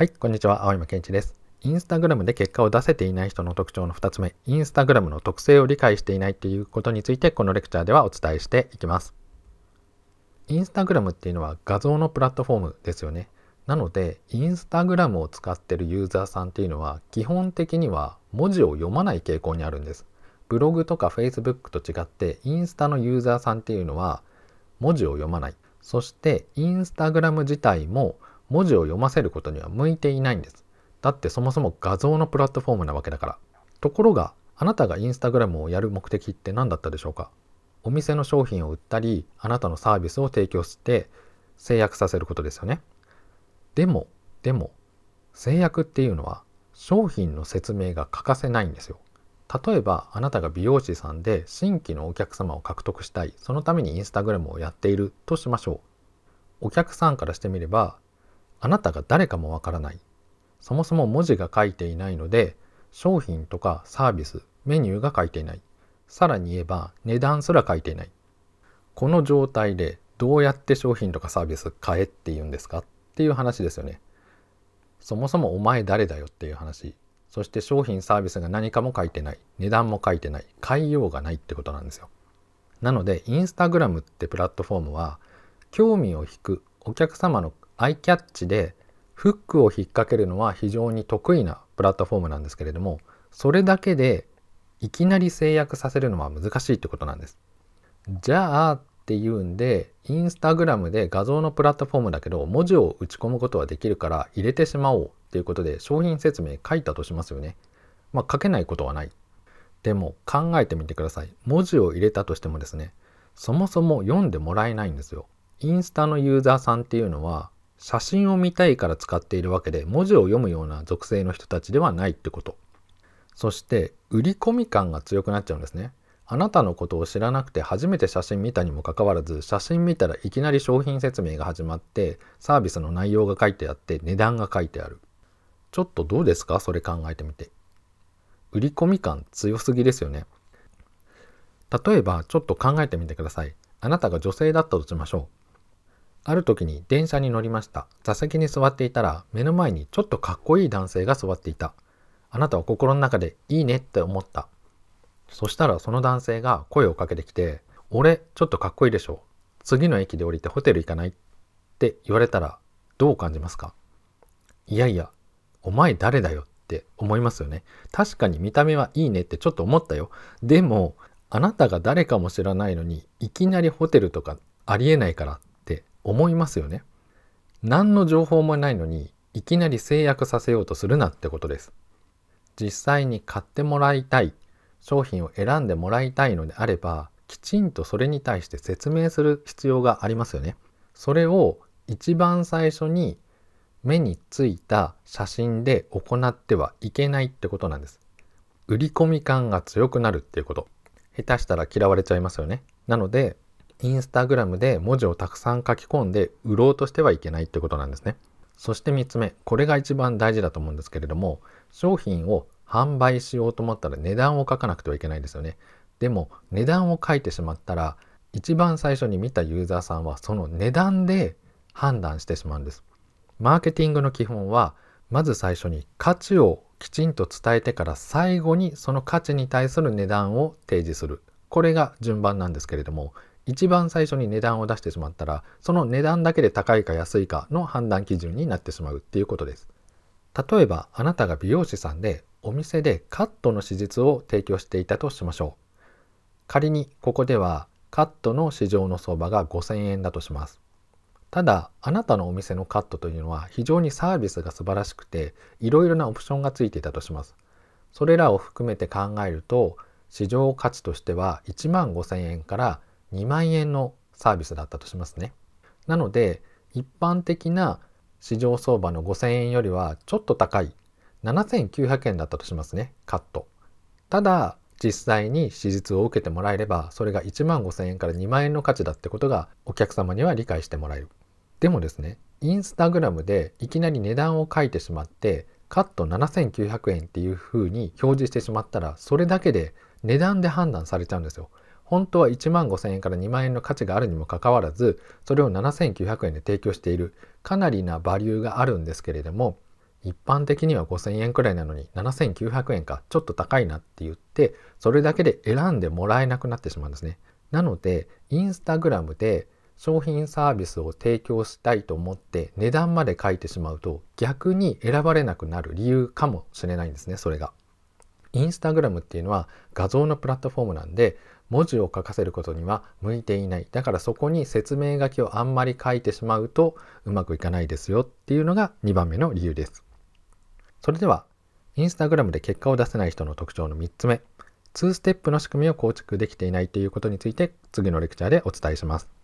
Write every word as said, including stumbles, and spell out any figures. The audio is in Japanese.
はい、こんにちは。青山健一です。インスタグラムで結果を出せていない人の特徴のふたつめ、インスタグラムの特性を理解していないということについて、このレクチャーではお伝えしていきます。インスタグラムっていうのは画像のプラットフォームですよね。なので、インスタグラムを使っているユーザーさんっていうのは、基本的には文字を読まない傾向にあるんです。ブログとか Facebook と違って、インスタのユーザーさんっていうのは文字を読まない。そして、インスタグラム自体も文字を読ませることには向いていないんです。だってそもそも画像のプラットフォームなわけだから。ところが、あなたがインスタグラムをやる目的って何だったでしょうか？お店の商品を売ったり、あなたのサービスを提供して制約させることですよね。でも、でも、制約っていうのは商品の説明が欠かせないんですよ。例えば、あなたが美容師さんで新規のお客様を獲得したい、そのためにインスタグラムをやっているとしましょう。お客さんからしてみれば、あなたが誰かもわからない。そもそも文字が書いていないので、商品とかサービス、メニューが書いていない。さらに言えば値段すら書いていない。この状態でどうやって商品とかサービス買えって言うんですかっていう話ですよね。そもそもお前誰だよっていう話。そして商品サービスが何かも書いてない。値段も書いてない。買いようがないってことなんですよ。なのでインスタグラムってプラットフォームは興味を引くお客様のアイキャッチでフックを引っ掛けるのは非常に得意なプラットフォームなんですけれども、それだけでいきなり制約させるのは難しいってことなんです。じゃあっていうんで、インスタグラムで画像のプラットフォームだけど文字を打ち込むことはできるから入れてしまおうっていうことで商品説明書いたとしますよね。まあ書けないことはない。でも考えてみてください。文字を入れたとしてもですね、そもそも読んでもらえないんですよ。インスタのユーザーさんっていうのは写真を見たいから使っているわけで、文字を読むような属性の人たちではないってこと。そして売り込み感が強くなっちゃうんですね。あなたのことを知らなくて初めて写真見たにもかかわらず、写真見たらいきなり商品説明が始まって、サービスの内容が書いてあって値段が書いてある。ちょっとどうですか？それ考えてみて。売り込み感強すぎですよね。例えばちょっと考えてみてください。あなたが女性だったとしましょう。ある時に電車に乗りました。座席に座っていたら目の前にちょっとかっこいい男性が座っていた。あなたは心の中でいいねって思った。そしたらその男性が声をかけてきて、俺ちょっとかっこいいでしょ。次の駅で降りてホテル行かないって言われたらどう感じますか？いやいや、お前誰だよって思いますよね。確かに見た目はいいねってちょっと思ったよ。でも、あなたが誰かも知らないのにいきなりホテルとかありえないからって思いますよね。何の情報もないのにいきなり制約させようとするなってことです。実際に買ってもらいたい、商品を選んでもらいたいのであれば、きちんとそれに対して説明する必要がありますよね。それを一番最初に目についた写真で行ってはいけないってことなんです。売り込み感が強くなるっていうこと。下手したら嫌われちゃいますよね。なので、インスタグラムで文字をたくさん書き込んで売ろうとしてはいけないってことなんですね。そしてみっつめ、これが一番大事だと思うんですけれども、商品を販売しようと思ったら値段を書かなくてはいけないですよね。でも値段を書いてしまったら、一番最初に見たユーザーさんはその値段で判断してしまうんです。マーケティングの基本は、まず最初に価値をきちんと伝えてから最後にその価値に対する値段を提示する。これが順番なんですけれども、一番最初に値段を出してしまったら、その値段だけで高いか安いかの判断基準になってしまうっていうことです。例えば、あなたが美容師さんでお店でカットの施術を提供していたとしましょう。仮にここではカットの市場の相場がごせんえんだとします。ただ、あなたのお店のカットというのは非常にサービスが素晴らしくて、いろいろなオプションがついていたとします。それらを含めて考えると、市場価値としてはいちまんごせんえんからにまんえんのサービスだったとしますね。なので、一般的な市場相場のごせんえんよりはちょっと高いななせんきゅうひゃくえんだったとしますね、カット。ただ、実際に手術を受けてもらえれば、それがいちまんごせんえんからにまんえんの価値だってことがお客様には理解してもらえる。でもですね、インスタグラムでいきなり値段を書いてしまって、カットななせんきゅうひゃくえんっていう風に表示してしまったら、それだけで値段で判断されちゃうんですよ。本当はいちまんごせんえんからにまんえんの価値があるにもかかわらず、それをななせんきゅうひゃくえんで提供している、かなりなバリューがあるんですけれども、 一般的にはごせんえんくらいなのにななせんきゅうひゃくえんか、ちょっと高いなって言って、それだけで選んでもらえなくなってしまうんですね。なのでインスタグラムで商品サービスを提供したいと思って値段まで書いてしまうと、逆に選ばれなくなる理由かもしれないんですね。それがインスタグラムっていうのは画像のプラットフォームなんで、文字を書かせることには向いていない。だからそこに説明書きをあんまり書いてしまうとうまくいかないですよっていうのがにばんめの理由です。それではインスタグラムで結果を出せない人の特徴のみっつめ、にステップの仕組みを構築できていないということについて次のレクチャーでお伝えします。